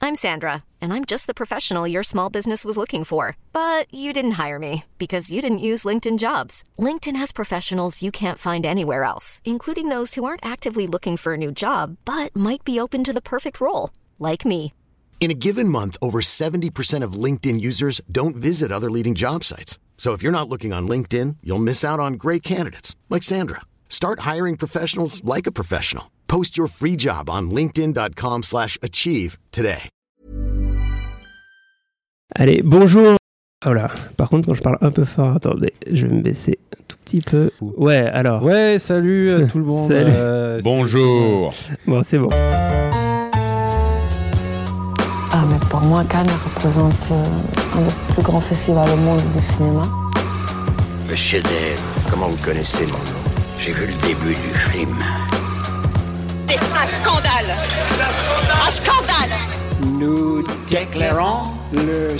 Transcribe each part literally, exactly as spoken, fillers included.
I'm Sandra, and I'm just the professional your small business was looking for. But you didn't hire me because you didn't use LinkedIn Jobs. LinkedIn has professionals you can't find anywhere else, including those who aren't actively looking for a new job, but might be open to the perfect role, like me. In a given month, over seventy percent of LinkedIn users don't visit other leading job sites. So if you're not looking on LinkedIn, you'll miss out on great candidates like Sandra. Start hiring professionals like a professional. Post your free job on linkedin.com slash achieve today. Allez, bonjour. Oh là, par contre, quand je parle un peu fort, attendez, je vais me baisser un tout petit peu. Ouais, alors. Ouais, salut euh, tout le monde. Salut. Euh, Bonjour. Bon, c'est bon. Ah, mais pour moi, Cannes représente euh, un des plus grands festivals au monde du cinéma. Le chef-d'œuvre, comment vous connaissez mon nom? J'ai vu le début du film. C'est un scandale! Un scandale! Nous déclarons le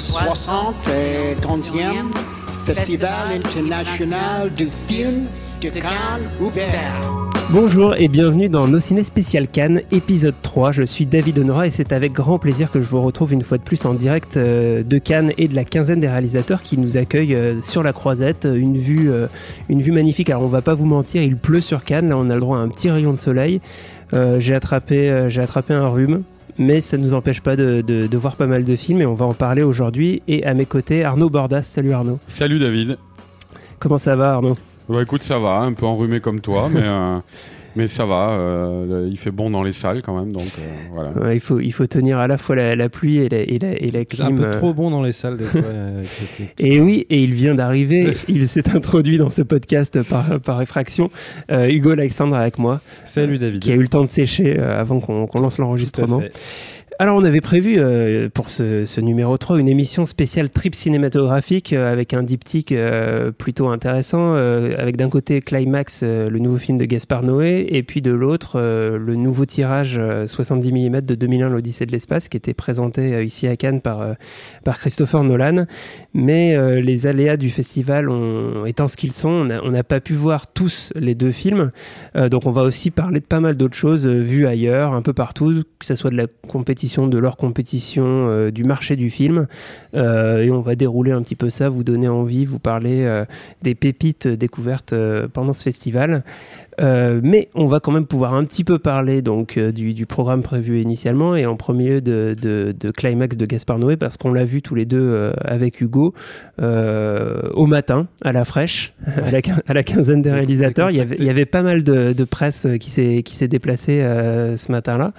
soixante-quinzième Festival international du film de Cannes ouvert. Bonjour et bienvenue dans Nos Ciné Spécial Cannes, épisode trois. Je suis David Honora et c'est avec grand plaisir que je vous retrouve une fois de plus en direct euh, de Cannes et de la quinzaine des réalisateurs qui nous accueillent euh, sur la Croisette. Une vue, euh, une vue magnifique. Alors on va pas vous mentir, il pleut sur Cannes. Là on a le droit à un petit rayon de soleil. Euh, j'ai attrapé, euh, j'ai attrapé un rhume. Mais ça ne nous empêche pas de, de, de voir pas mal de films et on va en parler aujourd'hui. Et à mes côtés, Arnaud Bordas. Salut Arnaud. Salut David. Comment ça va Arnaud ? Bah écoute, ça va, un peu enrhumé comme toi, mais, euh, mais ça va. Euh, il fait bon dans les salles quand même, donc euh, voilà. Ouais, il, faut, il faut tenir à la fois la, la pluie et la, et la, et la clim. C'est un peu trop bon dans les salles des fois. euh, et oui, et il vient d'arriver. Il s'est introduit dans ce podcast par, par effraction. Euh, Hugo Alexandre avec moi. Salut David. Qui a eu le temps de sécher euh, avant qu'on, qu'on lance l'enregistrement. Alors on avait prévu euh, pour ce, ce numéro trois une émission spéciale trip cinématographique euh, avec un diptyque euh, plutôt intéressant, euh, avec d'un côté Climax, euh, le nouveau film de Gaspard Noé, et puis de l'autre euh, le nouveau tirage euh, soixante-dix millimètres de deux mille un, l'Odyssée de l'espace, qui était présenté euh, ici à Cannes par, euh, par Christopher Nolan. Mais euh, les aléas du festival ont, étant ce qu'ils sont, on n'a on a pas pu voir tous les deux films, euh, donc on va aussi parler de pas mal d'autres choses euh, vues ailleurs, un peu partout, que ce soit de la compétition de leur compétition, euh, du marché du film, euh, et on va dérouler un petit peu ça, vous donner envie, vous parler euh, des pépites découvertes euh, pendant ce festival. Euh, mais on va quand même pouvoir un petit peu parler donc euh, du, du programme prévu initialement, et en premier lieu de, de, de Climax de Gaspard Noé, parce qu'on l'a vu tous les deux euh, avec Hugo euh, au matin à la fraîche, à la, à la quinzaine des réalisateurs. Il y avait, il y avait pas mal de, de presse qui s'est, qui s'est déplacée euh, ce matin-là.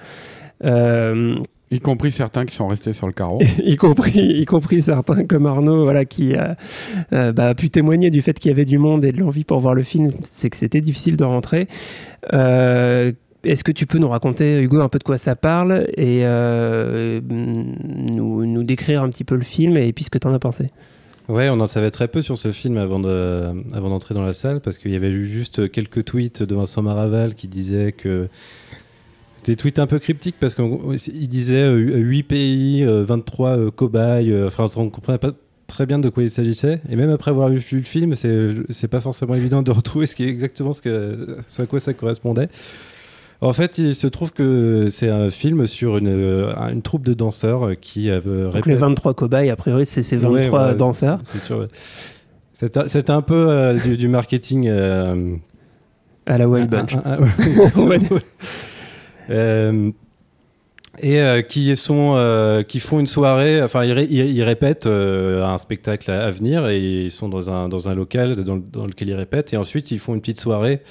Euh, Y compris certains qui sont restés sur le carreau. y, compris, y compris certains comme Arnaud, voilà, qui a euh, bah, pu témoigner du fait qu'il y avait du monde et de l'envie pour voir le film. C'est que c'était difficile de rentrer. Euh, est-ce que tu peux nous raconter, Hugo, un peu de quoi ça parle et euh, nous, nous décrire un petit peu le film et puis ce que tu en as pensé? Ouais, on en savait très peu sur ce film avant, de, avant d'entrer dans la salle, parce qu'il y avait eu juste quelques tweets de Vincent Maraval qui disait que... Des tweets un peu cryptiques parce qu'il disait euh, huit pays, euh, vingt-trois euh, cobayes, euh, enfin on ne comprenait pas très bien de quoi il s'agissait, et même après avoir vu le film, c'est, c'est pas forcément évident de retrouver ce qui est exactement ce, que, ce à quoi ça correspondait. En fait, il se trouve que c'est un film sur une, une troupe de danseurs qui... Euh, Donc répète... les vingt-trois cobayes, a priori, c'est ces vingt-trois ouais, ouais, danseurs. C'est, c'est sûr, ouais. c'est, c'est un peu euh, du, du marketing... Euh, à la Wild Bunch. Un, un, un, Euh, et euh, qui sont euh, qui font une soirée, enfin ils, ré, ils, ils répètent euh, un spectacle à, à venir, et ils sont dans un dans un local dans, dans lequel ils répètent, et ensuite ils font une petite soirée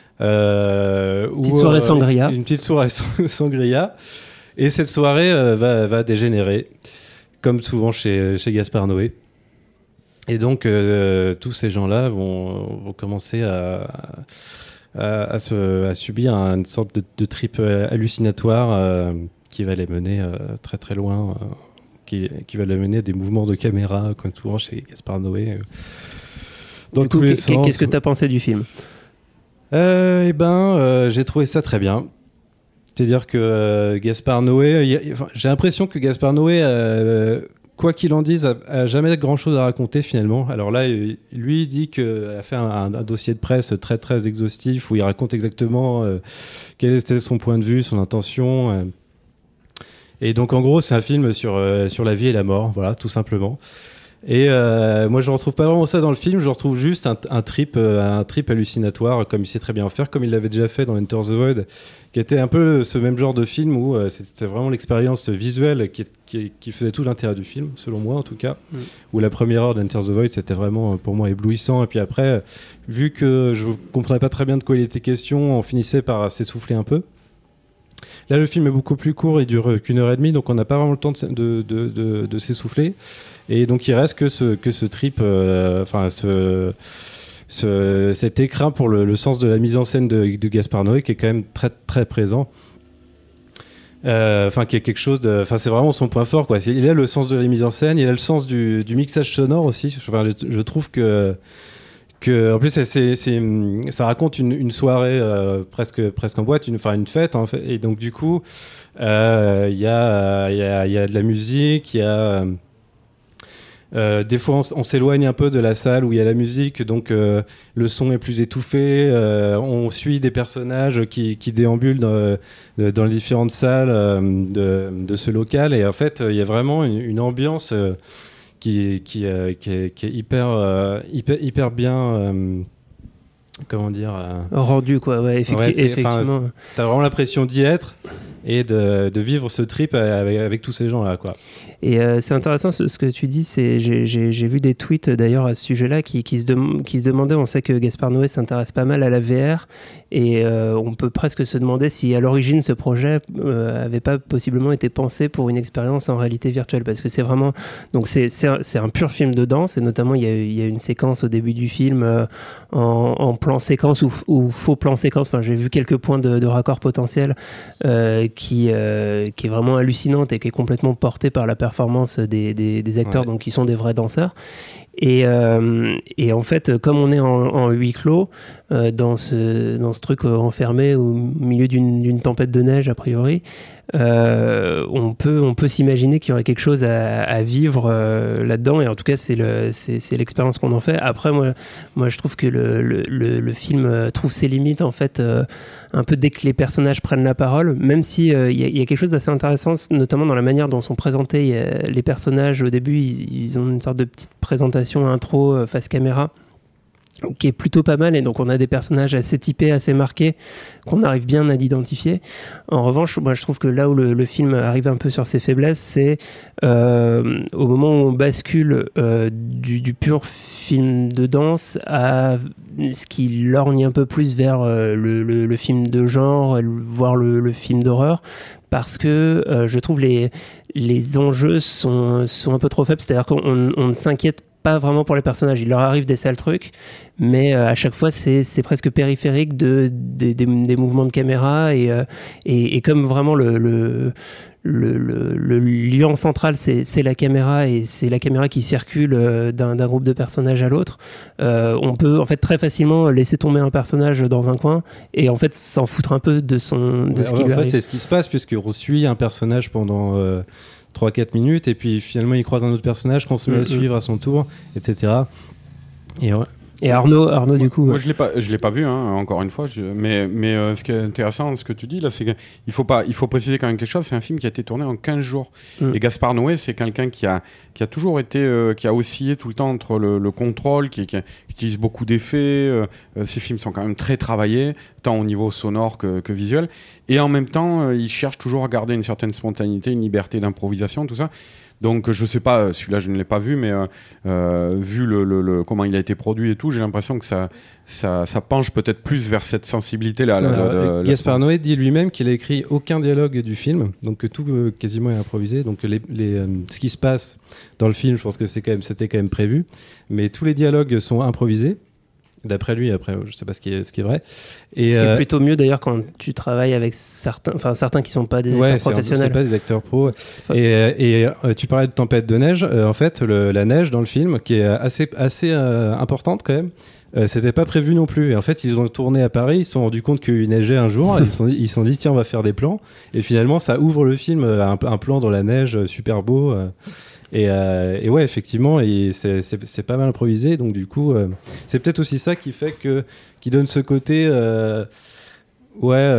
euh, petite où, soirée euh, sangria une petite soirée sangria, et cette soirée euh, va va dégénérer comme souvent chez chez Gaspard Noé. Et donc euh, tous ces gens-là vont vont commencer à À, à, se, à subir une sorte de, de trip hallucinatoire euh, qui va les mener euh, très très loin, euh, qui, qui va les mener à des mouvements de caméra, comme souvent chez Gaspard Noé. Euh, dans tous les sens. Qu'est-ce que tu as pensé du film ? euh, Eh ben, euh, j'ai trouvé ça très bien. C'est-à-dire que euh, Gaspard Noé, y a, y, enfin, j'ai l'impression que Gaspard Noé... Euh, quoi qu'il en dise, a, a jamais grand-chose à raconter finalement. Alors là, lui, il dit qu'il a fait un, un, un dossier de presse très très exhaustif où il raconte exactement euh, quel était son point de vue, son intention. Euh, Et donc en gros c'est un film sur, euh, sur la vie et la mort, voilà, tout simplement. Et euh, moi je ne retrouve pas vraiment ça dans le film, je retrouve juste un, un, trip, euh, un trip hallucinatoire comme il sait très bien faire, comme il l'avait déjà fait dans Enter the Void, qui était un peu ce même genre de film où euh, c'était vraiment l'expérience visuelle qui, qui, qui faisait tout l'intérêt du film, selon moi en tout cas, mm. où la première heure d'Enter the Void c'était vraiment pour moi éblouissant, et puis après, vu que je ne comprenais pas très bien de quoi il était question, on finissait par s'essouffler un peu. Là, le film est beaucoup plus court, il dure qu'une heure et demie, donc on n'a pas vraiment le temps de, de, de, de, de s'essouffler. Et donc, il reste que ce, que ce trip, enfin, euh, ce, ce, cet écrin pour le, le sens de la mise en scène de, de Gaspar Noé, qui est quand même très, très présent. Enfin, euh, qui est quelque chose de. Enfin, c'est vraiment son point fort, quoi. Il a le sens de la mise en scène, il a le sens du, du mixage sonore aussi. Enfin, je, je trouve que. Que, en plus, c'est, c'est, c'est, ça raconte une, une soirée euh, presque, presque en boîte, une, enfin une fête, en fait. Et donc, du coup, il euh, y, a, y, a, y a de la musique, il y a. Euh, des fois, on, on s'éloigne un peu de la salle où il y a la musique, donc euh, le son est plus étouffé. Euh, on suit des personnages qui, qui déambulent dans, dans les différentes salles euh, de, de ce local. Et en fait, il y a vraiment une, une ambiance. Euh, Qui, qui, euh, qui, est, qui est hyper, euh, hyper, hyper bien, euh, comment dire, euh... rendu quoi, ouais, effecti- ouais effectivement. T'as vraiment l'impression d'y être et de, de vivre ce trip avec, avec tous ces gens-là, quoi. Et euh, c'est intéressant ce, ce que tu dis, c'est, j'ai, j'ai, j'ai vu des tweets d'ailleurs à ce sujet-là qui, qui, se dem- qui se demandaient, on sait que Gaspar Noé s'intéresse pas mal à la V R, et euh, on peut presque se demander si à l'origine ce projet euh, avait pas possiblement été pensé pour une expérience en réalité virtuelle, parce que c'est vraiment, donc c'est, c'est, un, c'est un pur film de danse, et notamment il y a, il y a une séquence au début du film euh, en, en plan séquence ou, ou faux plan séquence, enfin j'ai vu quelques points de, de raccord potentiels euh, qui, euh, qui est vraiment hallucinante et qui est complètement portée par la performance des, des, des acteurs, ouais. Donc qui sont des vrais danseurs. Et, euh, et en fait, comme on est en, en huis clos, euh, dans, ce, dans ce truc euh, enfermé au milieu d'une, d'une tempête de neige, a priori, euh, on, peut, on peut s'imaginer qu'il y aurait quelque chose à, à vivre euh, là-dedans. Et en tout cas, c'est, le, c'est, c'est l'expérience qu'on en fait. Après, moi, moi je trouve que le, le, le, le film trouve ses limites, en fait, euh, un peu dès que les personnages prennent la parole, même s'il euh, y, y a quelque chose d'assez intéressant, notamment dans la manière dont sont présentés les personnages. Au début, ils, ils ont une sorte de petite présentation intro face caméra qui est plutôt pas mal, et donc on a des personnages assez typés, assez marqués, qu'on arrive bien à l'identifier. En revanche, moi je trouve que là où le, le film arrive un peu sur ses faiblesses, c'est euh, au moment où on bascule euh, du, du pur film de danse à ce qui lorgne un peu plus vers euh, le, le, le film de genre, voire le, le film d'horreur, parce que euh, je trouve les, les enjeux sont, sont un peu trop faibles, c'est-à-dire qu'on on ne s'inquiète pas vraiment pour les personnages, il leur arrive des sales trucs, mais euh, à chaque fois c'est, c'est presque périphérique de, de, des, des mouvements de caméra, et, euh, et, et comme vraiment le, le, le, le, le lieu central c'est, c'est la caméra, et c'est la caméra qui circule euh, d'un, d'un groupe de personnages à l'autre, euh, on peut en fait très facilement laisser tomber un personnage dans un coin et en fait s'en foutre un peu de, son, de ouais, ce qui en lui fait, arrive. C'est ce qui se passe, puisqu'on suit un personnage pendant euh, trois quatre minutes, et puis finalement il croise un autre personnage qu'on se met mmh, à suivre à son tour, et cetera. Et ouais. Et Arnaud, Arnaud du coup. Moi, je l'ai pas, je l'ai pas vu, hein, encore une fois. Je, mais, mais euh, ce qui est intéressant, ce que tu dis là, c'est qu'il faut pas, il faut préciser quand même quelque chose. C'est un film qui a été tourné en quinze jours. Mm. Et Gaspar Noé, c'est quelqu'un qui a, qui a toujours été, euh, qui a oscillé tout le temps entre le, le contrôle, qui, qui, qui utilise beaucoup d'effets. Euh, euh, ces films sont quand même très travaillés, tant au niveau sonore que, que visuel. Et en même temps, euh, il cherche toujours à garder une certaine spontanéité, une liberté d'improvisation, tout ça. Donc je sais pas, celui-là je ne l'ai pas vu, mais euh, euh, vu le, le, le, comment il a été produit et tout, j'ai l'impression que ça, ça, ça penche peut-être plus vers cette sensibilité-là. Ouais, de, de, Gaspar Noé dit lui-même qu'il a écrit aucun dialogue du film, donc que tout euh, quasiment est improvisé. Donc les, les, euh, ce qui se passe dans le film, je pense que c'est quand même, c'était quand même prévu, mais tous les dialogues sont improvisés. D'après lui, après, je sais pas ce qui est, ce qui est vrai. Et ce qui euh, est plutôt mieux d'ailleurs quand tu travailles avec certains, enfin certains qui sont pas des ouais, acteurs professionnels. C'est pas des acteurs pros. Enfin, et, et euh, tu parlais de tempête de neige. Euh, en fait, le, la neige dans le film, qui est assez, assez euh, importante quand même, euh, c'était pas prévu non plus. Et en fait, ils ont tourné à Paris, ils se sont rendus compte qu'il neigeait un jour, et ils se sont dit, ils sont dit, tiens, on va faire des plans. Et finalement, ça ouvre le film, un, un plan dans la neige, super beau. Euh, Et, euh, et ouais, effectivement, et c'est, c'est, c'est pas mal improvisé, donc du coup, euh, c'est peut-être aussi ça qui fait que, qui donne ce côté, euh, ouais, euh,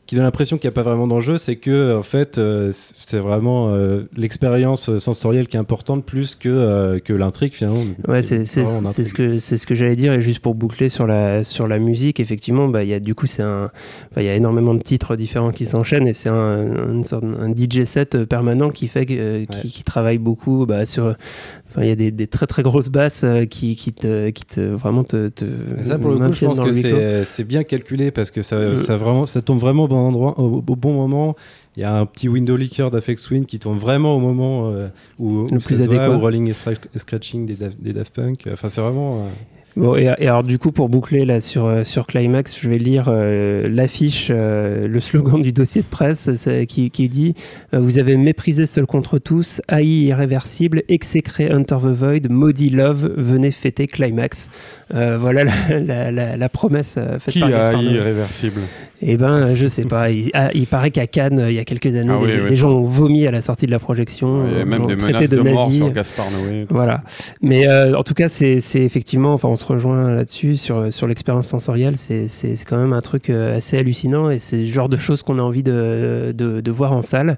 qui donne l'impression qu'il n'y a pas vraiment d'enjeu, c'est que en fait, euh, c'est vraiment euh, l'expérience sensorielle qui est importante plus que euh, que l'intrigue finalement. Ouais, c'est c'est, c'est ce que c'est ce que j'allais dire. Et juste pour boucler sur la sur la musique, effectivement, bah il y a du coup c'est un, bah, il y a énormément de titres différents qui s'enchaînent et c'est un une sorte un D J set permanent qui fait que, euh, qui, ouais. qui travaille beaucoup bah, sur. Enfin, il y a des, des très très grosses basses euh, qui, qui te qui te vraiment te, te ça pour le coup je pense que c'est, c'est bien calculé parce que ça mmh. ça vraiment ça tombe vraiment au bon endroit au, au bon moment. Il y a un petit window licker d'Aphex Twin qui tourne vraiment au moment euh, où, le où plus ça adéquat doit, ou Rolling et Stra- Scratching des, des Daft Punk. Enfin c'est vraiment euh... Bon, et, et alors du coup pour boucler là sur, sur Climax, je vais lire euh, l'affiche, euh, le slogan du dossier de presse c'est, qui, qui dit euh, vous avez méprisé Seul contre tous, haï irréversible, exécré Enter the Void, maudit Love, venez fêter Climax. Euh, voilà la, la, la, la promesse euh, faite qui par Gaspard Noé. Qui a irréversible? Eh ben, je sais pas. Il, ah, il paraît qu'à Cannes, il y a quelques années, ah oui, les, oui, les gens ont vomi à la sortie de la projection. Il y a même des menaces de, de mort nazis. sur Gaspard Noé. Voilà. Mais euh, en tout cas, c'est, c'est effectivement, enfin, on se rejoint là-dessus sur sur l'expérience sensorielle. C'est c'est, c'est quand même un truc assez hallucinant et c'est le genre de choses qu'on a envie de de, de voir en salle.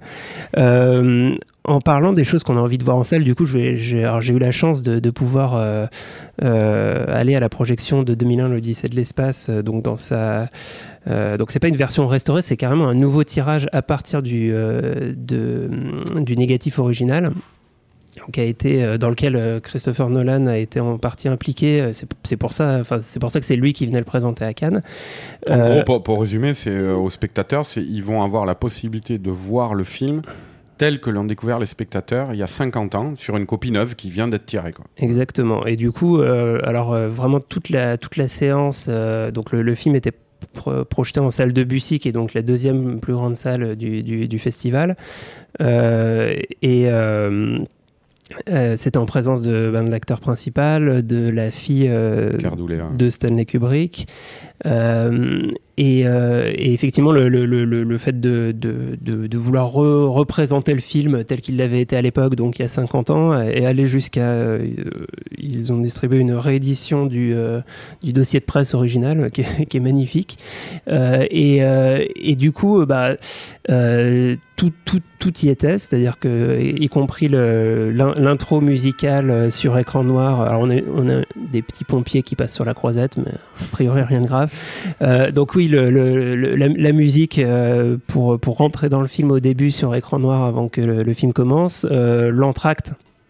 Euh, En parlant des choses qu'on a envie de voir en salle, du coup, je vais, j'ai, alors j'ai eu la chance de, de pouvoir euh, euh, aller à la projection de deux mille un, l'Odyssée de l'espace. Euh, donc, dans sa, euh, donc, c'est pas une version restaurée, c'est carrément un nouveau tirage à partir du, euh, de, du négatif original. Qui a été, dans lequel Christopher Nolan a été en partie impliqué. C'est, c'est, pour, ça, enfin, c'est pour ça que c'est lui qui venait le présenter à Cannes. En euh, gros, pour, pour résumer, c'est, euh, aux spectateurs, c'est, ils vont avoir la possibilité de voir le film tel que l'ont découvert les spectateurs il y a cinquante ans sur une copie neuve qui vient d'être tirée, quoi. Exactement. Et du coup, euh, alors euh, vraiment toute la, toute la séance, euh, donc le, le film était pro- projeté en salle Debussy, qui est donc la deuxième plus grande salle du, du, du festival. Euh, et... Euh, Euh, c'était en présence de, ben, de l'acteur principal, de la fille euh, de Stanley Kubrick. Euh, et, euh, et effectivement, le, le, le, le fait de, de, de, de vouloir re- représenter le film tel qu'il l'avait été à l'époque, donc il y a cinquante ans, et aller jusqu'à... Euh, ils ont distribué une réédition du, euh, du dossier de presse original, qui est, qui est magnifique. Euh, et, euh, et du coup, bah... Euh, Tout, tout, tout y était, c'est-à-dire que, y compris le, l'intro musicale sur écran noir. Alors on, est, on a des petits pompiers qui passent sur la croisette, mais a priori rien de grave. Euh, donc oui, le, le, le, la, la musique euh, pour, pour rentrer dans le film au début sur écran noir avant que le, le film commence. Euh, l'entracte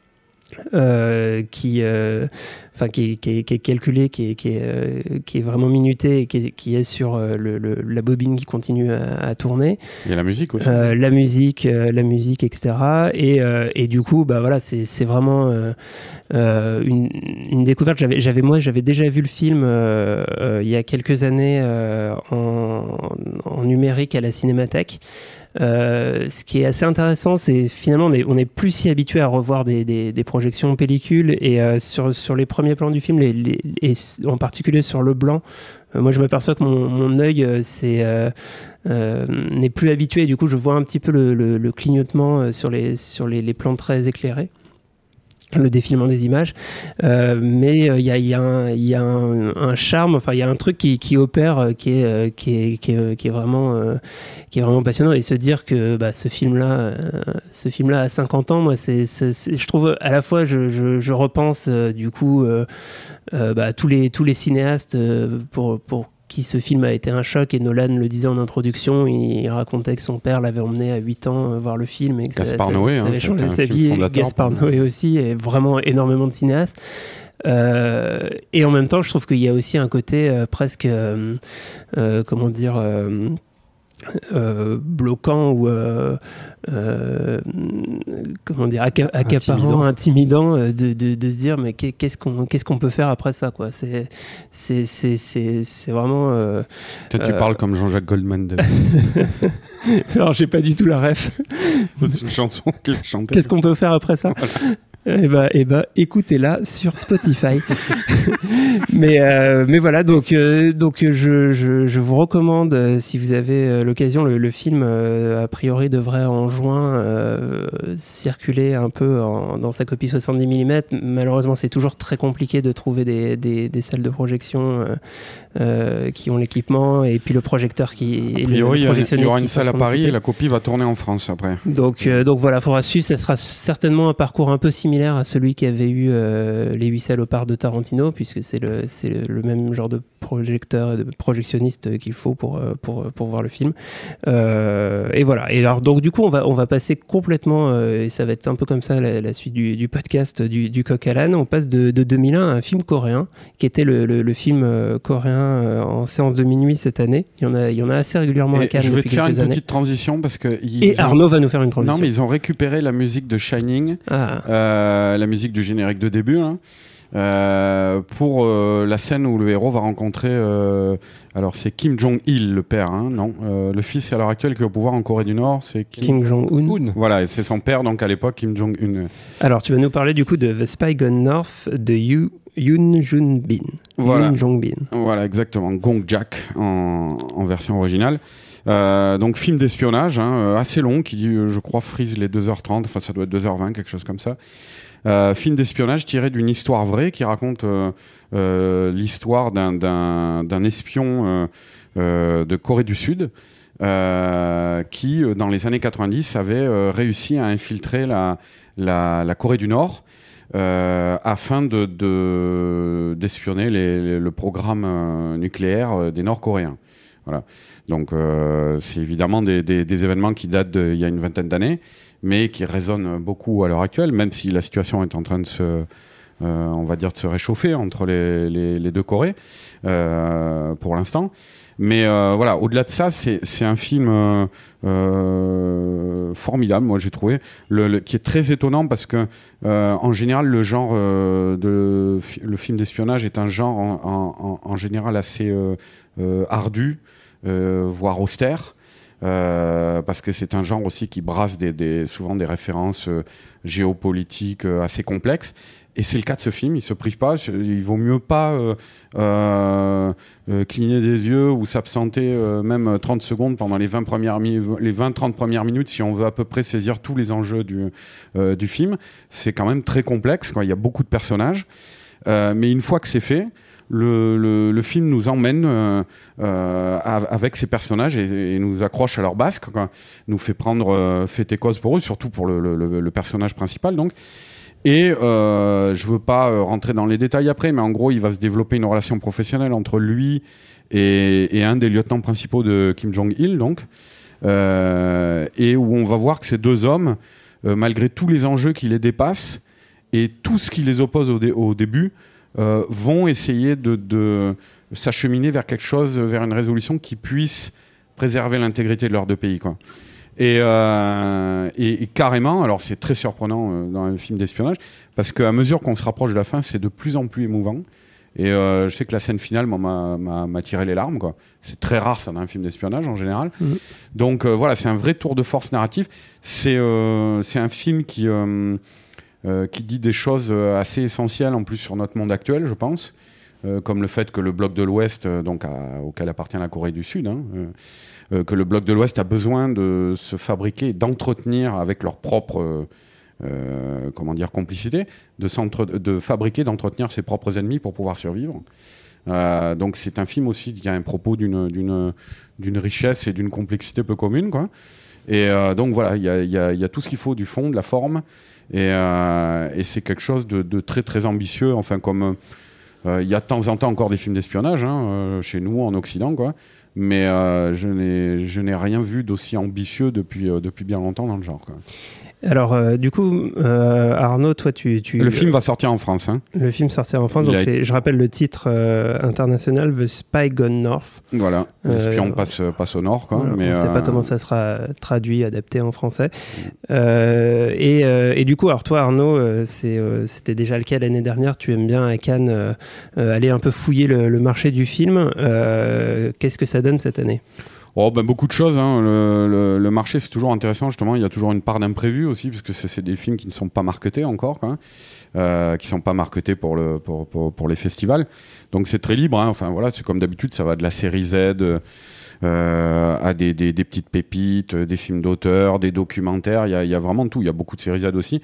euh, qui, euh, enfin qui, qui, qui est calculé, qui est, qui est, euh, qui est vraiment minuté et qui est, qui est sur euh, le, le, la bobine qui continue à, à tourner. Il y a la musique aussi. Euh, la musique, euh, la musique, et cetera. Et, euh, et du coup, bah voilà, c'est, c'est vraiment euh, euh, une, une découverte. J'avais, j'avais moi, j'avais déjà vu le film euh, euh, il y a quelques années euh, en, en numérique à la Cinémathèque. Euh, ce qui est assez intéressant, c'est finalement on est, on est plus si habitué à revoir des, des, des projections en pellicule et euh, sur, sur les premiers plans du film, les, les, et en particulier sur le blanc, euh, moi je m'aperçois que mon, mon œil euh, c'est, euh, euh, n'est plus habitué et du coup je vois un petit peu le, le, le clignotement sur, les, sur les, les plans très éclairés, le défilement des images, euh, mais il euh, y a, y a, un, y a un, un charme, enfin il y a un truc qui, qui opère, euh, qui, est, euh, qui, est, qui, est, qui est vraiment, euh, qui est vraiment passionnant. Et se dire que bah, ce film-là, euh, ce film-là à cinquante ans, moi, c'est, c'est, c'est, je trouve à la fois, je, je, je repense euh, du coup euh, euh, bah, tous les tous les cinéastes euh, pour pour qui ce film a été un choc, et Nolan le disait en introduction, il racontait que son père l'avait emmené à huit ans voir le film et que Gaspard ça, Noé, ça, ça hein, avait changé sa vie. Gaspard pour... Noé aussi, et vraiment énormément de cinéastes. Euh, et en même temps, je trouve qu'il y a aussi un côté euh, presque, euh, euh, comment dire, euh, euh, bloquant ou euh, euh, comment dire, acca- accaparant, intimidant, intimidant de, de, de se dire mais qu'est-ce qu'on, qu'est-ce qu'on peut faire après ça, quoi. C'est, c'est, c'est, c'est, c'est vraiment. Euh, Toi, tu euh, parles comme Jean-Jacques Goldman. De... Alors, j'ai pas du tout la ref. C'est une chanson qu'il chantait. Qu'est-ce qu'on peut faire après ça? Voilà. Eh ben, eh ben, écoutez-la sur Spotify. mais, euh, mais voilà, donc, euh, donc je, je, je vous recommande, euh, si vous avez euh, l'occasion, le, le film, euh, a priori, devrait en juin euh, circuler un peu en, dans sa copie soixante-dix millimètres. Malheureusement, c'est toujours très compliqué de trouver des, des, des salles de projection euh, euh, qui ont l'équipement et puis le projecteur qui a priori, il y, y aura une salle à Paris et la copie va tourner en France après. Donc, euh, donc voilà, il faudra suivre. Ça sera certainement un parcours un peu similaire à celui qui avait eu euh, Les Huit Salopards de Tarantino, puisque c'est le, c'est le, le même genre de projecteur et de projectionniste qu'il faut pour, pour, pour voir le film. Euh, et voilà. Et alors, donc, du coup, on va, on va passer complètement, euh, et ça va être un peu comme ça la, la suite du, du podcast du, du Coq à l'âne. On passe de, de deux mille un à un film coréen, qui était le, le, le film euh, coréen euh, en séance de minuit cette année. Il y en a, il y en a assez régulièrement et à Cannes. Je vais te faire une années. petite transition parce que. Et ont... Arnaud va nous faire une transition. Non, mais ils ont récupéré la musique de Shining. Ah. Euh, la musique du générique de début hein, euh, pour euh, la scène où le héros va rencontrer euh, alors c'est Kim Jong-il le père hein, non euh, le fils à l'heure actuelle qui est au pouvoir en Corée du Nord c'est Kim, Kim Jong-un. Voilà, et c'est son père donc à l'époque Kim Jong-un. Alors tu vas nous parler du coup de The Spy Gone North de Yu, Yoon Jun-bin. Voilà. Yoon Jong-bin. Voilà, exactement, Gong Jack en, en version originale. Euh, donc film d'espionnage hein, assez long qui euh, je crois frise les deux heures trente, enfin ça doit être deux heures vingt, quelque chose comme ça. Euh, film d'espionnage tiré d'une histoire vraie qui raconte euh, euh, l'histoire d'un, d'un, d'un espion euh, euh, de Corée du Sud euh, qui dans les années quatre-vingt-dix avait euh, réussi à infiltrer la, la, la Corée du Nord euh, afin de, de, d'espionner les, les, le programme euh, nucléaire des Nord-Coréens. Voilà. Donc euh, c'est évidemment des, des, des événements qui datent d'il y a une vingtaine d'années, mais qui résonnent beaucoup à l'heure actuelle, même si la situation est en train de se, euh, on va dire, de se réchauffer entre les, les, les deux Corées euh, pour l'instant. Mais euh, voilà, au-delà de ça, c'est, c'est un film euh, euh, formidable, moi j'ai trouvé, le, le, qui est très étonnant parce que euh, en général le genre euh, de le film d'espionnage est un genre en, en, en général assez euh, euh, ardu, euh, voire austère. Euh, parce que c'est un genre aussi qui brasse des, des, souvent des références euh, géopolitiques euh, assez complexes. Et c'est le cas de ce film, il se prive pas. Il vaut mieux pas euh, euh, euh, cligner des yeux ou s'absenter euh, même trente secondes pendant les vingt premières mi- les vingt trente premières minutes si on veut à peu près saisir tous les enjeux du, euh, du film. C'est quand même très complexe, quoi. Il y a beaucoup de personnages. Euh, mais une fois que c'est fait, Le, le, le film nous emmène euh, euh, avec ces personnages et, et nous accroche à leur basque, quoi. Nous fait prendre euh, fait et cause pour eux, surtout pour le, le, le personnage principal donc. Et euh, je veux pas euh, rentrer dans les détails après, mais en gros il va se développer une relation professionnelle entre lui et, et un des lieutenants principaux de Kim Jong-il donc, euh, et où on va voir que ces deux hommes, euh, malgré tous les enjeux qui les dépassent et tout ce qui les oppose au, dé- au début, Euh, vont essayer de, de s'acheminer vers quelque chose, vers une résolution qui puisse préserver l'intégrité de leurs deux pays, quoi. Et, euh, et, et carrément, alors c'est très surprenant euh, dans un film d'espionnage, parce qu'à mesure qu'on se rapproche de la fin, c'est de plus en plus émouvant. Et euh, je sais que la scène finale moi, m'a, m'a, m'a tiré les larmes, quoi. C'est très rare ça dans un film d'espionnage en général. Mmh. Donc euh, voilà, c'est un vrai tour de force narratif. C'est, euh, c'est un film qui... Euh, Euh, qui dit des choses euh, assez essentielles en plus sur notre monde actuel, je pense, euh, comme le fait que le bloc de l'Ouest, euh, donc à, auquel appartient la Corée du Sud, hein, euh, euh, que le bloc de l'Ouest a besoin de se fabriquer, d'entretenir avec leur propre euh, euh, comment dire, complicité, de, de fabriquer, d'entretenir ses propres ennemis pour pouvoir survivre. Euh, donc c'est un film aussi qui a un propos d'une, d'une, d'une richesse et d'une complexité peu commune, quoi. Et euh, donc voilà, il y a, y a, y a tout ce qu'il faut, du fond, de la forme. Et, euh, et c'est quelque chose de, de très très ambitieux, enfin comme il euh, y a de temps en temps encore des films d'espionnage hein, euh, chez nous en Occident, quoi, mais euh, je, n'ai, je n'ai rien vu d'aussi ambitieux depuis, euh, depuis bien longtemps dans le genre, quoi. Alors, euh, du coup, euh, Arnaud, toi, tu, tu... Le film va sortir en France. Hein. Le film sortira en France, donc c'est, je rappelle le titre euh, international, The Spy Gone North. Voilà, l'espion euh, passe, passe au nord, quoi. Voilà, mais on ne sait euh... pas comment ça sera traduit, adapté en français. Euh, et, euh, et du coup, alors toi, Arnaud, euh, c'est, euh, c'était déjà le cas l'année dernière, tu aimes bien à Cannes euh, euh, aller un peu fouiller le, le marché du film. Euh, qu'est-ce que ça donne cette année ? Oh, ben, beaucoup de choses. Hein. Le, le, le marché, c'est toujours intéressant. Justement, il y a toujours une part d'imprévu aussi, parce que c'est, c'est des films qui ne sont pas marketés encore, quand même, euh, qui ne sont pas marketés pour, le, pour, pour, pour les festivals. Donc, c'est très libre. Hein. Enfin, voilà, c'est comme d'habitude, ça va de la série Z euh, à des, des, des petites pépites, des films d'auteur, des documentaires. Il y a, il y a vraiment tout. Il y a beaucoup de séries Z aussi.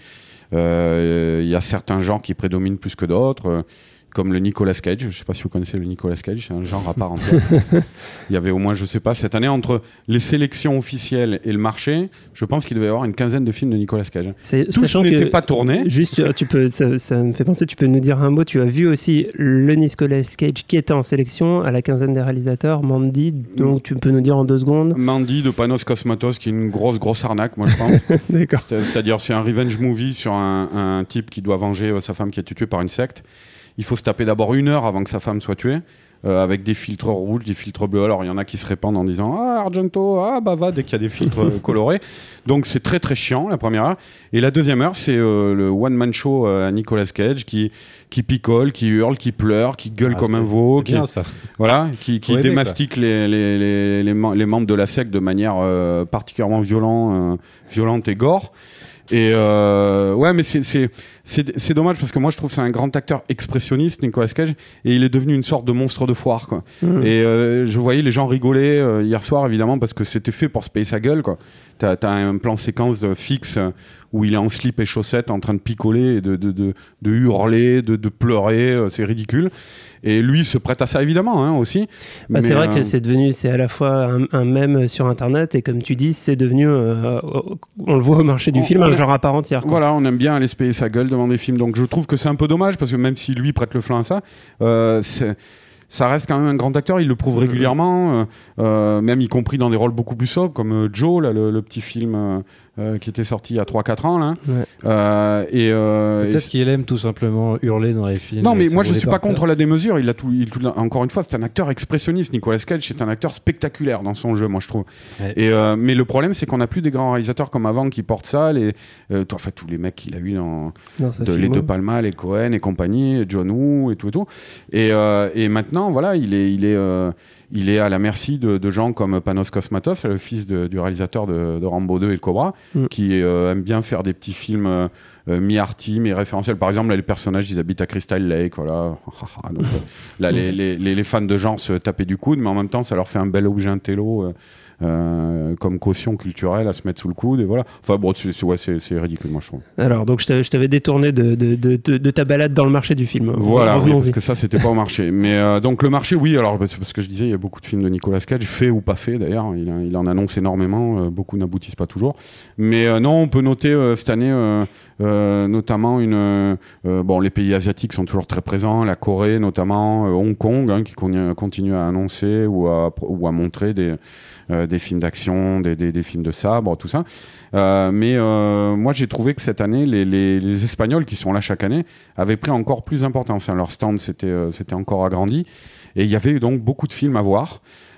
Euh, il y a certains genres qui prédominent plus que d'autres. Comme le Nicolas Cage, je ne sais pas si vous connaissez le Nicolas Cage, c'est un genre à part entière. Il y avait au moins, je ne sais pas, cette année, entre les sélections officielles et le marché, je pense qu'il devait y avoir une quinzaine de films de Nicolas Cage. C'est, Tous n'étaient pas tournés. Juste, tu peux, ça, ça me fait penser, tu peux nous dire un mot, tu as vu aussi le Nicolas Cage qui était en sélection à la quinzaine des réalisateurs, Mandy, donc tu peux nous dire en deux secondes. Mandy de Panos Cosmatos, qui est une grosse, grosse arnaque, moi je pense. D'accord. C'est, c'est-à-dire, c'est un revenge movie sur un, un type qui doit venger euh, sa femme qui a été tuée par une secte. Il faut se taper d'abord une heure avant que sa femme soit tuée, euh, avec des filtres rouges, des filtres bleus. Alors, il y en a qui se répandent en disant « Ah, Argento, ah, Bava », dès qu'il y a des filtres euh, colorés. Donc, c'est très, très chiant, la première heure. Et la deuxième heure, c'est euh, le one-man show à Nicolas Cage qui, qui picole, qui hurle, qui pleure, qui gueule ah, comme un veau. Qui, bien, ça. Voilà, qui, qui ouais, démastique les, les, les, les, les membres de la secte de manière euh, particulièrement violent, euh, violente et gore. Et euh, ouais, mais c'est, c'est, c'est, c'est dommage parce que moi je trouve que c'est un grand acteur expressionniste, Nicolas Cage, et il est devenu une sorte de monstre de foire, quoi. Mmh. Et euh, je voyais les gens rigoler euh, hier soir, évidemment, parce que c'était fait pour se payer sa gueule, quoi. T'as, t'as un plan séquence fixe où il est en slip et chaussettes en train de picoler, et de, de, de, de hurler, de, de pleurer, euh, c'est ridicule. Et lui se prête à ça évidemment hein, aussi. Bah, mais c'est vrai euh... que c'est devenu, c'est à la fois un, un mème sur Internet et comme tu dis, c'est devenu, euh, on le voit au marché du on, film, on un genre à part entière. Quoi. Voilà, on aime bien aller se payer sa gueule devant des films. Donc je trouve que c'est un peu dommage parce que même si lui prête le flanc à ça, euh, c'est... ça reste quand même un grand acteur, il le prouve régulièrement, euh, euh, même y compris dans des rôles beaucoup plus sobres, comme euh, Joe, là, le, le petit film euh, euh, qui était sorti il y a trois quatre ans. Là. Ouais. Euh, et, euh, Peut-être et... qu'il aime tout simplement hurler dans les films. Non, mais moi je ne suis pas contre la démesure. Il a tout, il, tout, encore une fois, c'est un acteur expressionniste. Nicolas Cage, c'est un acteur spectaculaire dans son jeu, moi je trouve. Ouais. Et, euh, mais le problème, c'est qu'on n'a plus des grands réalisateurs comme avant qui portent ça. Les, euh, enfin, tous les mecs qu'il a eu dans, dans de, les De Palma, les Cohen et compagnie, John Woo et tout et tout. Et, euh, et maintenant, voilà, il est. Il est euh, Il est à la merci de, de gens comme Panos Cosmatos, le fils de, du réalisateur de, de Rambo deux et de Cobra, mm. qui euh, aime bien faire des petits films euh, mi-arty, mi-référentiels. Par exemple, là, les personnages, ils habitent à Crystal Lake, voilà. Donc, euh, là, les, les, les, les fans de genre se tapaient du coude, mais en même temps, ça leur fait un bel objet intello euh, euh, comme caution culturelle à se mettre sous le coude, et voilà. Enfin, bon, c'est, c'est, ouais, c'est, c'est ridicule, moi, je trouve. Alors, donc, je t'avais, je t'avais détourné de, de, de, de, de ta balade dans le marché du film. Voilà, oui, parce que ça, c'était pas au marché. Mais euh, donc, le marché, oui, alors, parce, parce que je disais, il y a beaucoup de films de Nicolas Cage, fait ou pas fait d'ailleurs, il, il en annonce énormément, euh, beaucoup n'aboutissent pas toujours. Mais euh, non, on peut noter euh, cette année euh, euh, notamment une, euh, bon, les pays asiatiques sont toujours très présents, la Corée notamment, euh, Hong Kong hein, qui con- continue à annoncer ou à, ou à montrer des, euh, des films d'action, des, des, des films de sabre, tout ça. Euh, mais euh, moi j'ai trouvé que cette année les, les, les Espagnols qui sont là chaque année avaient pris encore plus d'importance. Hein. Leur stand s'était, euh, s'était encore agrandi. Et il y avait donc beaucoup de films à voir.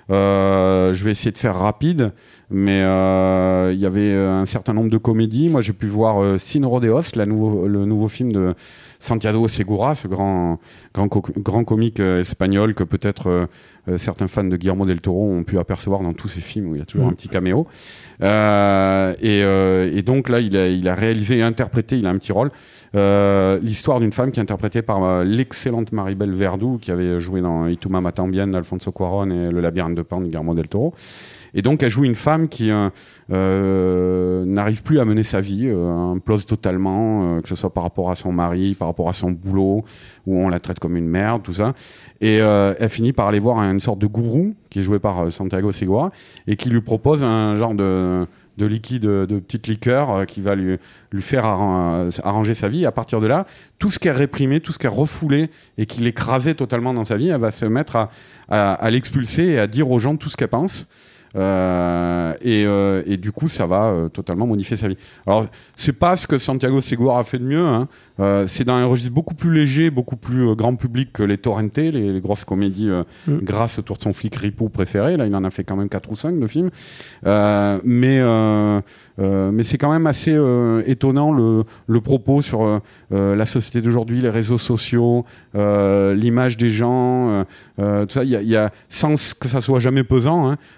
Euh, je vais essayer de faire rapide, mais euh, il y avait un certain nombre de comédies. Moi, j'ai pu voir euh, Sin Rodeos, la nouveau, le nouveau film de Santiago Segura, ce grand, grand, co- grand comique euh, espagnol que peut-être euh, euh, certains fans de Guillermo del Toro ont pu apercevoir dans tous ses films où il y a toujours mmh. un petit caméo. Euh, et, euh, et donc là, il a, il a réalisé et interprété, il a un petit rôle. Euh, l'histoire d'une femme qui est interprétée par euh, l'excellente Maribel Verdú qui avait joué dans Y tu mamá también d'Alfonso Cuarón et Le labyrinthe de Pan de Guillermo del Toro. Et donc elle joue une femme qui euh, euh, n'arrive plus à mener sa vie, euh, implose totalement, euh, que ce soit par rapport à son mari, par rapport à son boulot, où on la traite comme une merde, tout ça. Et euh, elle finit par aller voir une sorte de gourou qui est joué par euh, Santiago Segura et qui lui propose un genre de de liquide, de, de petite liqueur euh, qui va lui, lui faire arran- arranger sa vie. Et à partir de là, tout ce qu'elle réprimait, tout ce qu'elle refoulait et qui l'écrasait totalement dans sa vie, elle va se mettre à, à, à l'expulser et à dire aux gens tout ce qu'elle pense. Euh, et, euh, et du coup, ça va euh, totalement modifier sa vie. Alors, c'est pas ce que Santiago Segura a fait de mieux. Hein. Euh, c'est dans un registre beaucoup plus léger, beaucoup plus euh, grand public que les Torrente, les, les grosses comédies euh, mmh. grâce autour de son flic ripou préféré. Là, il en a fait quand même quatre ou cinq de films. Euh, mais euh, euh, mais c'est quand même assez euh, étonnant le, le propos sur euh, euh, la société d'aujourd'hui, les réseaux sociaux, euh, l'image des gens, euh, euh, tout ça. Il y a, y a sans que ça soit jamais pesant. Hein, euh,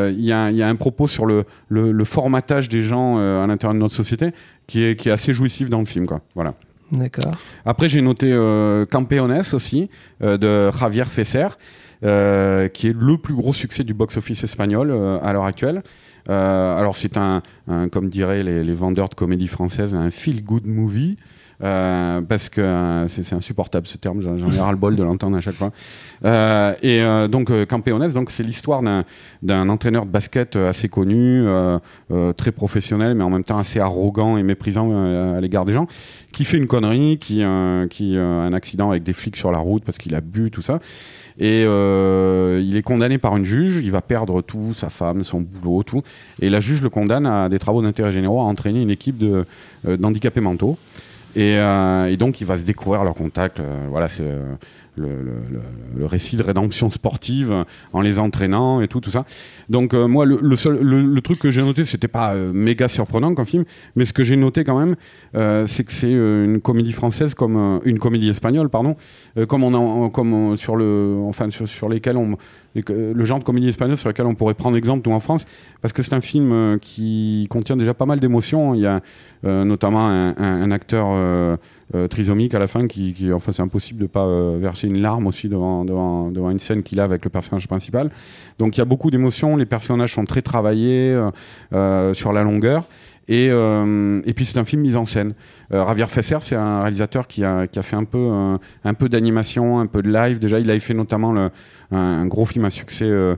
euh, y, y a un propos sur le, le, le formatage des gens euh, à l'intérieur de notre société qui est, qui est assez jouissif dans le film, quoi. Voilà. D'accord. Après, j'ai noté euh, Campeones aussi, euh, de Javier Fesser, euh, qui est le plus gros succès du box-office espagnol euh, à l'heure actuelle. Euh, alors, c'est un, un, comme diraient les, les vendeurs de comédie française, un feel-good movie. Euh, parce que euh, c'est, c'est insupportable ce terme, j'en, j'en ai ras-le-bol de l'entendre à chaque fois. Euh, et euh, donc euh, Campeones, donc c'est l'histoire d'un, d'un entraîneur de basket assez connu, euh, euh, très professionnel, mais en même temps assez arrogant et méprisant euh, à l'égard des gens, qui fait une connerie, qui, euh, qui a euh, un accident avec des flics sur la route parce qu'il a bu, tout ça. Et euh, il est condamné par une juge, il va perdre tout, sa femme, son boulot, tout. Et la juge le condamne à des travaux d'intérêt généraux, à entraîner une équipe de, euh, d'handicapés mentaux. Et, euh, et donc, il va se découvrir leur contact. Euh, voilà, c'est le, le, le, le récit de rédemption sportive euh, en les entraînant et tout, tout ça. Donc, euh, moi, le, le, seul, le, le truc que j'ai noté, c'était pas euh, méga surprenant comme film, mais ce que j'ai noté quand même, euh, c'est que c'est euh, une comédie française comme euh, une comédie espagnole, pardon, euh, comme on a, comme on, sur le, enfin sur, sur lesquels on le genre de comédie espagnole sur lequel on pourrait prendre exemple, nous en France, parce que c'est un film euh, qui contient déjà pas mal d'émotions. Il y a euh, notamment un, un, un acteur euh, euh, trisomique à la fin qui, qui enfin c'est impossible de pas euh, verser une larme aussi devant, devant, devant une scène qu'il a avec le personnage principal. Donc il y a beaucoup d'émotions, les personnages sont très travaillés euh, euh, sur la longueur. Et, euh, et puis c'est un film mis en scène. Euh, Javier Fesser, c'est un réalisateur qui a, qui a fait un peu, euh, un peu d'animation, un peu de live. Déjà, il avait fait notamment le, un, un gros film à succès euh,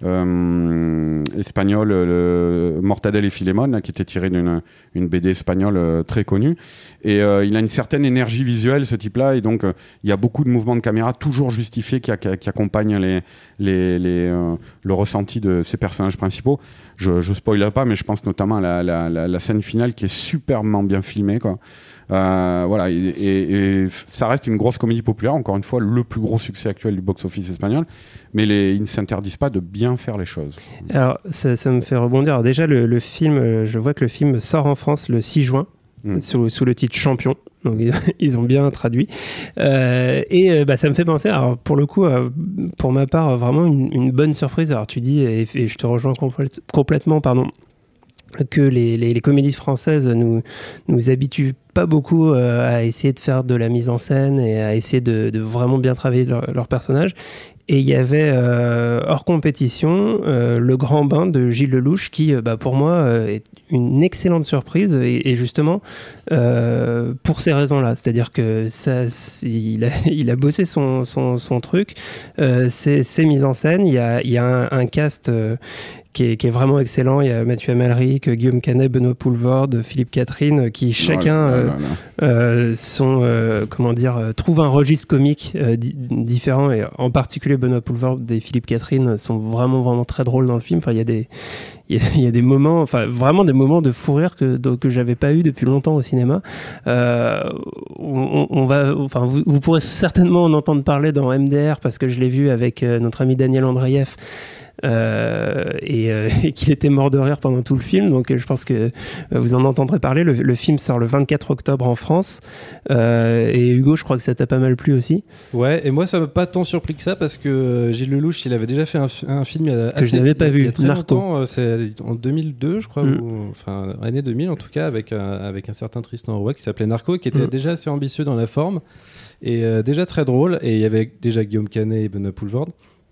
euh, espagnol, le Mortadelle et Filemón, là, qui était tiré d'une une B D espagnole euh, très connue. Et euh, il a une certaine énergie visuelle, ce type-là. Et donc, euh, il y a beaucoup de mouvements de caméra toujours justifiés qui, a, qui, a, qui accompagnent les, les, les, euh, le ressenti de ces personnages principaux. Je ne spoile pas, mais je pense notamment à la, la, la, la scène finale qui est superbement bien filmée, quoi. Euh, voilà, et, et, et ça reste une grosse comédie populaire, encore une fois, le plus gros succès actuel du box-office espagnol, mais les, ils ne s'interdisent pas de bien faire les choses. Alors, ça, ça me fait rebondir. Alors, déjà, le, le film, je vois que le film sort en France le six juin, mmh. sous, sous le titre Champion. Donc, ils ont bien traduit. Euh, et bah, ça me fait penser, alors, pour le coup, euh, pour ma part, vraiment une, une bonne surprise. Alors, tu dis, et, et je te rejoins complète, complètement, pardon, que les, les, les comédies françaises nous, nous habituent pas beaucoup euh, à essayer de faire de la mise en scène et à essayer de, de vraiment bien travailler leur, leur personnage. Et il y avait euh, hors compétition euh, Le Grand Bain de Gilles Lelouch qui, euh, bah, pour moi, euh, est une excellente surprise et, et justement euh, pour ces raisons-là. C'est-à-dire que ça, il a, il a bossé son, son, son truc, euh, c'est, c'est mis en scène. Il y a, il y a un, un cast euh, qui est, qui est vraiment excellent. Il y a Mathieu Amalric, Guillaume Canet, Benoît Poulvorde, Philippe Catherine, qui chacun euh, euh, sont, euh, comment dire, euh, trouvent un registre comique euh, di- différent. Et en particulier Benoît Poulvorde et Philippe Catherine sont vraiment vraiment très drôles dans le film. Enfin, il y a des il y a, il y a des moments, enfin vraiment des moments de fou rire que que j'avais pas eu depuis longtemps au cinéma. Euh, on, on va, enfin vous, vous pourrez certainement en entendre parler dans M D R parce que je l'ai vu avec euh, notre ami Daniel Andreev. Euh, et, euh, et qu'il était mort de rire pendant tout le film, donc euh, je pense que euh, vous en entendrez parler. Le, le film sort le vingt-quatre octobre en France, euh, et Hugo, je crois que ça t'a pas mal plu aussi. Ouais, et moi ça m'a pas tant surpris que ça parce que Gilles Lelouch, il avait déjà fait un, un film il y a que je n'avais pas vu, il y a très Narco. longtemps, c'est en deux mille deux je crois, mm. ou, enfin année deux mille en tout cas, avec un, avec un certain Tristan Roy qui s'appelait Narco, qui était mm. déjà assez ambitieux dans la forme et euh, déjà très drôle, et il y avait déjà Guillaume Canet et Benoît Poulvorde.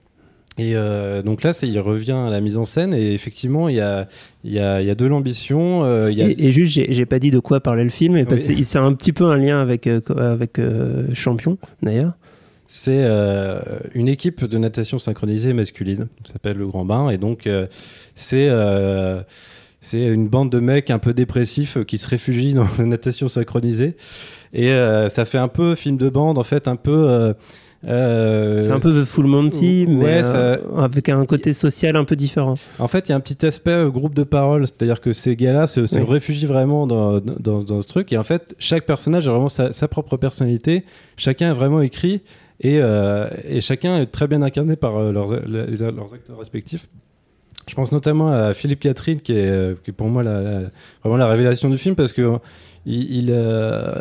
Et euh, donc là, c'est, il revient à la mise en scène, et effectivement, il y a, il y a, il y a de l'ambition. Euh, il y a... et, et juste, j'ai, j'ai pas dit de quoi parlait le film, mais oui. c'est, c'est un petit peu un lien avec, euh, avec euh, Champion, d'ailleurs. C'est euh, une équipe de natation synchronisée masculine, ça s'appelle Le Grand Bain, et donc euh, c'est... Euh, C'est une bande de mecs un peu dépressifs qui se réfugient dans la natation synchronisée. Et euh, ça fait un peu film de bande, en fait, un peu... Euh, euh, c'est un peu The Full Monty, ouais, mais ça... euh, avec un côté social un peu différent. En fait, il y a un petit aspect euh, groupe de parole, c'est-à-dire que ces gars-là se, se oui. réfugient vraiment dans, dans, dans ce truc. Et en fait, chaque personnage a vraiment sa, sa propre personnalité. Chacun est vraiment écrit. Et, euh, et chacun est très bien incarné par euh, leurs, les, leurs acteurs respectifs. Je pense notamment à Philippe Catherine, qui est, qui est pour moi la, la, vraiment la révélation du film, parce que il, il, euh,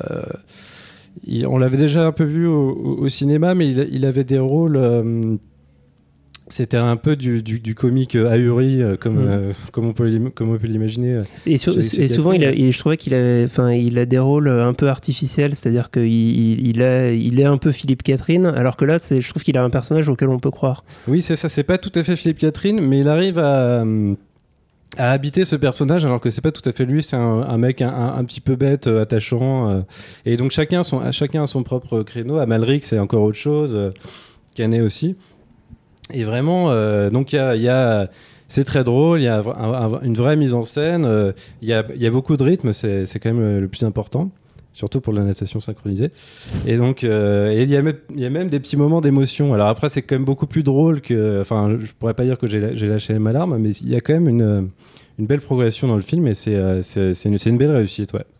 il, on l'avait déjà un peu vu au, au cinéma, mais il, il avait des rôles, euh, C'était un peu du, du, du comique ahuri, euh, comme, mmh. euh, comme, on peut comme on peut l'imaginer. Et, sur, et souvent, il a, il, je trouvais qu'il a, enfin, il a des rôles un peu artificiels, c'est-à-dire qu'il il a, il est un peu Philippe Catherine, alors que là, c'est, je trouve qu'il a un personnage auquel on peut croire. Oui, c'est ça, c'est pas tout à fait Philippe Catherine, mais il arrive à, à habiter ce personnage, alors que c'est pas tout à fait lui, c'est un, un mec un, un, un petit peu bête, euh, attachant. Euh, et donc chacun, son, chacun a son propre créneau. Amalric, c'est encore autre chose, euh, Canet aussi. Et vraiment, euh, donc il y a, y a, c'est très drôle, il y a un, un, une vraie mise en scène, il euh, y, a, y a beaucoup de rythme, c'est, c'est quand même le plus important, surtout pour la natation synchronisée. Et donc, euh, il y, y a même des petits moments d'émotion. Alors après, c'est quand même beaucoup plus drôle que, enfin, je pourrais pas dire que j'ai, j'ai lâché ma larme, mais il y a quand même une, une belle progression dans le film et c'est, c'est, c'est, une, c'est une belle réussite, ouais.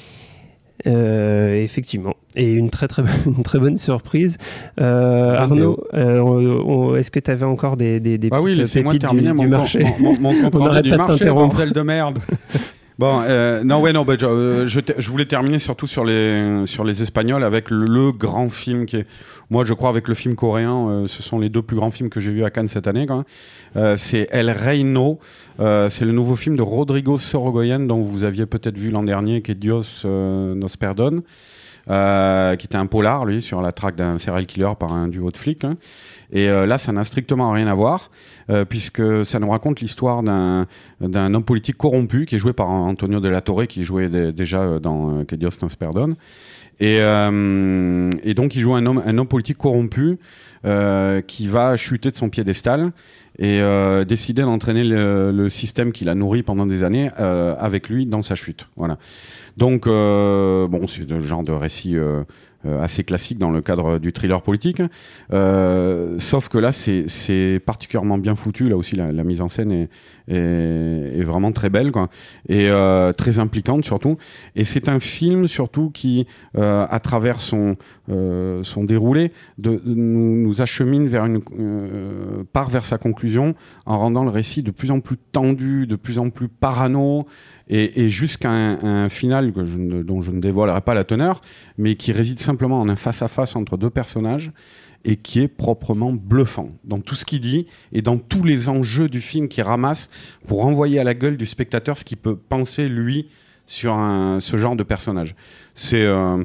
Euh, effectivement, et une très très, une très bonne surprise. Euh, Arnaud, euh, on, on, est-ce que tu avais encore des, des, des bah petites oui, laissez-moi pépites terminer du, mon, du marché mon, mon, mon compte rendu du marché, bordel de merde. Bon, euh, non, ouais, non, bah, je, je, je voulais terminer surtout sur les, sur les Espagnols avec le, le grand film qui est, moi, je crois, avec le film coréen, euh, ce sont les deux plus grands films que j'ai vus à Cannes cette année, quand même. Euh, c'est El Reino, euh, c'est le nouveau film de Rodrigo Sorogoyen, dont vous aviez peut-être vu l'an dernier, qui est Dios euh, nos perdone, euh, qui était un polar, lui, sur la traque d'un serial killer par un duo de flics, hein. Et euh, là, ça n'a strictement rien à voir, euh, puisque ça nous raconte l'histoire d'un, d'un homme politique corrompu qui est joué par Antonio de la Torre, qui jouait d- déjà dans euh, Que Dios nos perdone. Et, euh, et donc, il joue un homme, un homme politique corrompu euh, qui va chuter de son piédestal et euh, décider d'entraîner le, le système qu'il a nourri pendant des années euh, avec lui dans sa chute. Voilà. Donc, euh, bon, c'est le genre de récit euh, assez classique dans le cadre du thriller politique. Euh, sauf que là, c'est, c'est particulièrement bien foutu. Là aussi, la, la mise en scène est, est, est vraiment très belle, quoi, et euh, très impliquante surtout. Et c'est un film surtout qui, euh, à travers son, euh, son déroulé, de, de nous, nous achemine vers une euh, part vers sa conclusion en rendant le récit de plus en plus tendu, de plus en plus parano. Et, et jusqu'à un, un final que je ne, dont je ne dévoilerai pas la teneur, mais qui réside simplement en un face-à-face entre deux personnages et qui est proprement bluffant dans tout ce qu'il dit et dans tous les enjeux du film qu'il ramasse pour envoyer à la gueule du spectateur ce qu'il peut penser, lui, sur un, ce genre de personnage. C'est, euh,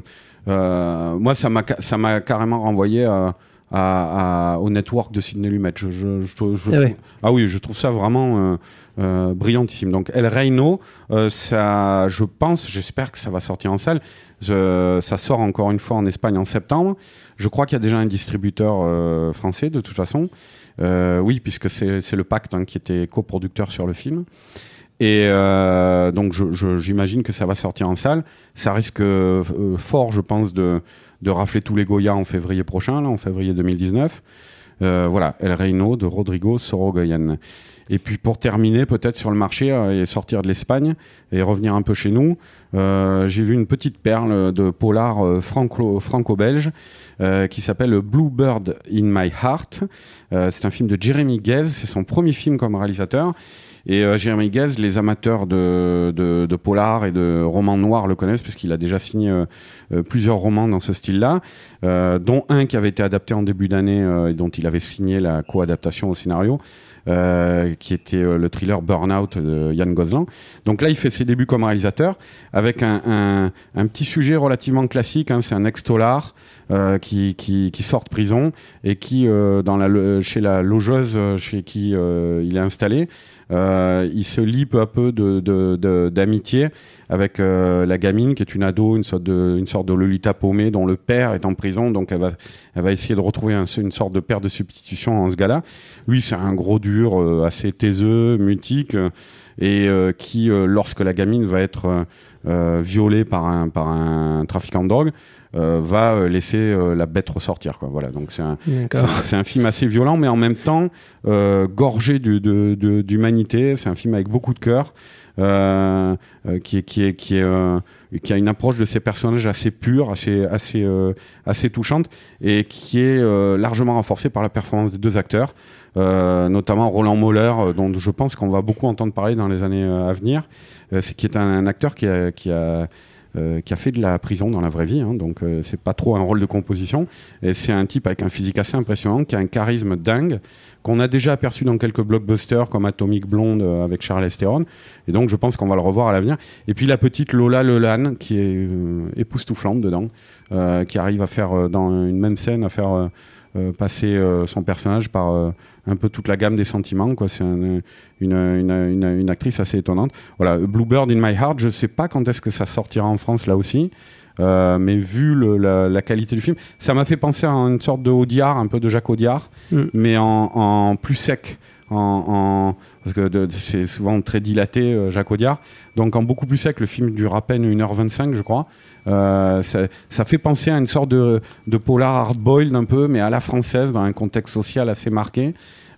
euh, moi, ça m'a, ça m'a carrément renvoyé à... À, à, au network de Sidney Lumet. Je, je, je, je ah, trouve, ouais. ah oui, je trouve ça vraiment euh, euh, brillantissime. Donc El Reino, euh, ça, je pense, j'espère que ça va sortir en salle. Je, ça sort encore une fois en Espagne en septembre. Je crois qu'il y a déjà un distributeur euh, français de toute façon. Euh, oui, puisque c'est, c'est le Pacte, hein, qui était coproducteur sur le film. Et euh, donc je, je, j'imagine que ça va sortir en salle. Ça risque euh, fort, je pense, de de rafler tous les Goya en février prochain, là, en février deux mille dix-neuf. Euh, voilà, El Reino de Rodrigo Sorogoyen. Et puis pour terminer, peut-être sur le marché euh, et sortir de l'Espagne et revenir un peu chez nous, euh, j'ai vu une petite perle de polar euh, franco- franco-belge euh, qui s'appelle Bluebird in My Heart. Euh, c'est un film de Jeremy Guez, c'est son premier film comme réalisateur. Et euh, Jeremy Guez, les amateurs de, de, de polar et de romans noirs le connaissent parce qu'il a déjà signé euh, euh, plusieurs romans dans ce style-là, euh, dont un qui avait été adapté en début d'année euh, et dont il avait signé la co-adaptation au scénario, euh, qui était euh, le thriller Burnout de Yann Gozlan. Donc là, il fait ses débuts comme réalisateur avec un, un, un petit sujet relativement classique, hein, c'est un ex-tolard euh, qui, qui, qui sort de prison et qui, euh, dans la, chez la logeuse chez qui euh, il est installé, Euh, il se lie peu à peu de, de, de, d'amitié avec euh, la gamine qui est une ado, une sorte de, une sorte de Lolita paumée dont le père est en prison, donc elle va, elle va essayer de retrouver un, une sorte de père de substitution en ce gars-là. Lui, c'est un gros dur, euh, assez taiseux, mutique, euh, et euh, qui, euh, lorsque la gamine va être euh, violée par un, par un trafiquant de drogue, Euh, va laisser euh, la bête ressortir, quoi. Voilà, donc c'est un, c'est, c'est un film assez violent, mais en même temps euh, gorgé de, de, de, d'humanité. C'est un film avec beaucoup de cœur, euh, euh, qui est, qui est, qui est, euh, qui a une approche de ces personnages assez pure, assez, assez, euh, assez touchante, et qui est euh, largement renforcée par la performance des deux acteurs, euh, notamment Roland Moller, euh, dont je pense qu'on va beaucoup entendre parler dans les années euh, à venir, euh, c'est qui est un, un acteur qui a, qui a euh, qui a fait de la prison dans la vraie vie, hein, donc euh, c'est pas trop un rôle de composition. Et c'est un type avec un physique assez impressionnant, qui a un charisme dingue, qu'on a déjà aperçu dans quelques blockbusters comme Atomic Blonde euh, avec Charlize Theron. Et donc je pense qu'on va le revoir à l'avenir. Et puis la petite Lola Lelan, qui est euh, époustouflante dedans, euh, qui arrive à faire euh, dans une même scène à faire euh, euh, passer euh, son personnage par euh, un peu toute la gamme des sentiments, quoi. C'est un, une, une, une, une actrice assez étonnante. Voilà, Bluebird in My Heart, je sais pas quand est-ce que ça sortira en France là aussi. Euh, mais vu le, la, la qualité du film, ça m'a fait penser à une sorte de Audiard, un peu de Jacques Audiard, mm. mais en, en plus sec, en, en, parce que de, c'est souvent très dilaté, euh, Jacques Audiard, donc en beaucoup plus sec. Le film dure à peine une heure vingt-cinq, je crois. Euh, ça, ça fait penser à une sorte de, de polar hard-boiled un peu, mais à la française, dans un contexte social assez marqué.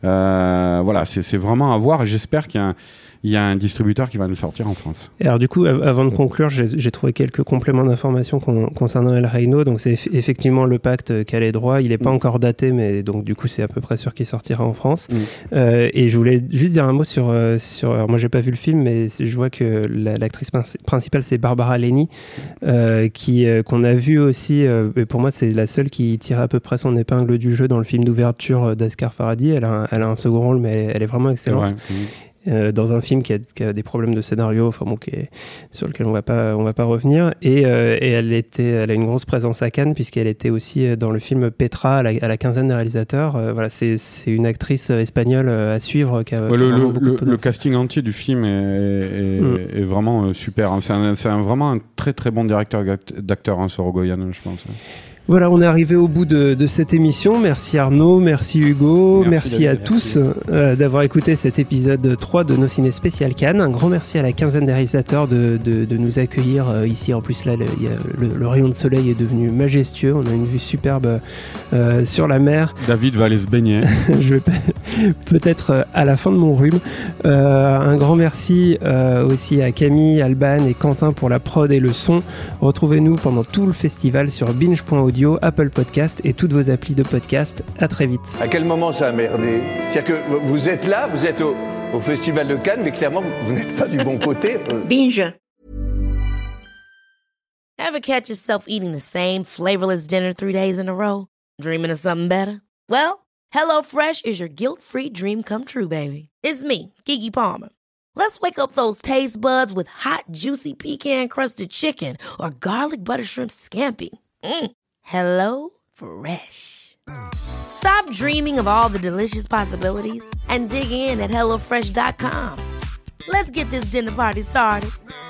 Euh, voilà, c'est, c'est vraiment à voir, et j'espère qu'il y a un il y a un distributeur qui va nous sortir en France. Et alors du coup, avant de conclure, j'ai, j'ai trouvé quelques compléments d'informations con, concernant El Reino. Donc c'est eff- effectivement le pacte Calais droit. Il n'est pas mmh. encore daté, mais donc du coup c'est à peu près sûr qu'il sortira en France. Mmh. Euh, et je voulais juste dire un mot sur... Euh, sur alors moi j'ai pas vu le film, mais je vois que la, l'actrice principale c'est Barbara Leni, euh, qui, euh, qu'on a vu aussi, euh, et pour moi c'est la seule qui tire à peu près son épingle du jeu dans le film d'ouverture d'Asghar Farhadi. Elle a un, elle a un second rôle, mais elle est vraiment excellente. Mmh. Euh, dans un film qui a, qui a des problèmes de scénario, enfin bon, qui est, sur lequel on va pas, on va pas revenir. Et, euh, et elle était, elle a une grosse présence à Cannes puisqu'elle était aussi dans le film Petra à la, à la quinzaine des réalisateurs. Euh, voilà, c'est, c'est une actrice espagnole à suivre. Qui a, ouais, qui a le, le, le, le casting entier du film est, est, mm. est vraiment euh, super. C'est, un, c'est un, vraiment un très très bon directeur d'acteur, hein, Sorogoyen, je pense. Voilà, on est arrivé au bout de, de cette émission. Merci Arnaud, merci Hugo, merci, merci à David, tous merci. Euh, d'avoir écouté cet épisode trois de Nos Ciné Spécial Cannes. Un grand merci à la quinzaine des réalisateurs de, de, de nous accueillir euh, ici. En plus, là, le, y a le, le rayon de soleil est devenu majestueux. On a une vue superbe euh, sur la mer. David va aller se baigner. Je vais peut-être à la fin de mon rhume. Euh, un grand merci euh, aussi à Camille, Alban et Quentin pour la prod et le son. Retrouvez-nous pendant tout le festival sur binge point audio, Apple Podcast et toutes vos applis de podcast. À très vite. À quel moment ça a merdé ? C'est-à-dire que vous êtes là, vous êtes au, au Festival de Cannes, mais clairement, vous, vous n'êtes pas du bon côté. Binge. Ever catch yourself eating the same flavorless dinner three days in a row? Dreaming of something better? Well, HelloFresh is your guilt-free dream come true, baby. It's me, Keke Palmer. Let's wake up those taste buds with hot, juicy pecan-crusted chicken or garlic butter shrimp scampi. Mm. Hello Fresh. Stop dreaming of all the delicious possibilities and dig in at hello fresh dot com. Let's get this dinner party started.